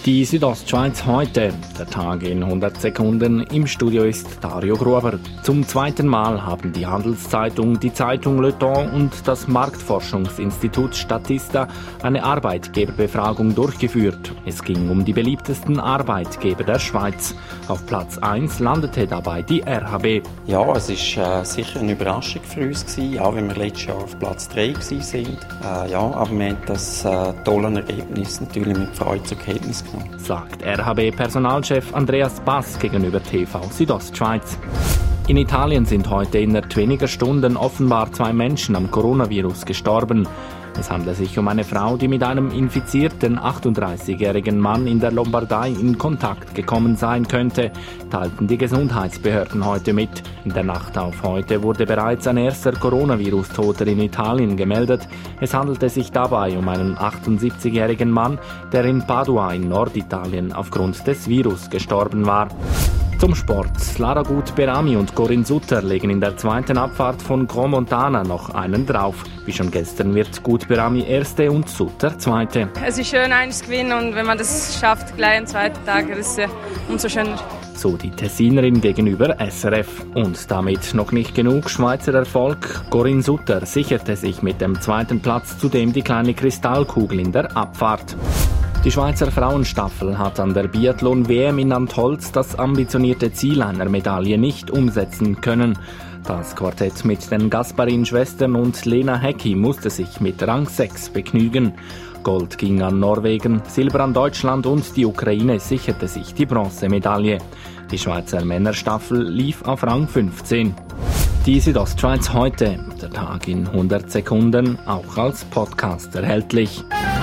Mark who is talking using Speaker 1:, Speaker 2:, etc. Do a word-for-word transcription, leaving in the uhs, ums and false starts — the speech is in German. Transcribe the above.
Speaker 1: Die Südostschweiz heute, der Tag in hundert Sekunden. Im Studio ist Dario Gruber. Zum zweiten Mal haben die Handelszeitung, die Zeitung Le Temps und das Marktforschungsinstitut Statista eine Arbeitgeberbefragung durchgeführt. Es ging um die beliebtesten Arbeitgeber der Schweiz. Auf Platz eins landete dabei die R H B.
Speaker 2: Ja, es war äh, sicher eine Überraschung für uns gewesen, ja, weil wir letztes Jahr auf Platz drei waren. Äh, ja, aber wir haben das äh, tolle Ergebnis natürlich mit Freude zur Kenntnis genommen.
Speaker 1: Sagt R H B-Personalchef Andreas Bass gegenüber T V Südostschweiz. In Italien sind heute innerhalb weniger Stunden offenbar zwei Menschen am Coronavirus gestorben. Es handelt sich um eine Frau, die mit einem infizierten achtunddreißigjährigen Mann in der Lombardei in Kontakt gekommen sein könnte, teilten die Gesundheitsbehörden heute mit. In der Nacht auf heute wurde bereits ein erster Coronavirus-Toter in Italien gemeldet. Es handelte sich dabei um einen achtundsiebzigjährigen Mann, der in Padua in Norditalien aufgrund des Virus gestorben war. Zum Sport. Lara Gut-Berami und Corinne Sutter legen in der zweiten Abfahrt von Grand Montana noch einen drauf. Wie schon gestern wird Gut-Berami Erste und Sutter Zweite.
Speaker 3: Es ist schön, eins zu gewinnen, und wenn man das schafft, gleich am zweiten Tag, ist es ja umso schöner.
Speaker 1: So die Tessinerin gegenüber S R F. Und damit noch nicht genug Schweizer Erfolg. Corinne Sutter sicherte sich mit dem zweiten Platz zudem die kleine Kristallkugel in der Abfahrt. Die Schweizer Frauenstaffel hat an der Biathlon-W M in Antholz das ambitionierte Ziel einer Medaille nicht umsetzen können. Das Quartett mit den Gasparin-Schwestern und Lena Häcki musste sich mit Rang sechs begnügen. Gold ging an Norwegen, Silber an Deutschland und die Ukraine sicherte sich die Bronzemedaille. Die Schweizer Männerstaffel lief auf Rang fünfzehn. Die Südostschweiz heute, der Tag in hundert Sekunden, auch als Podcast erhältlich.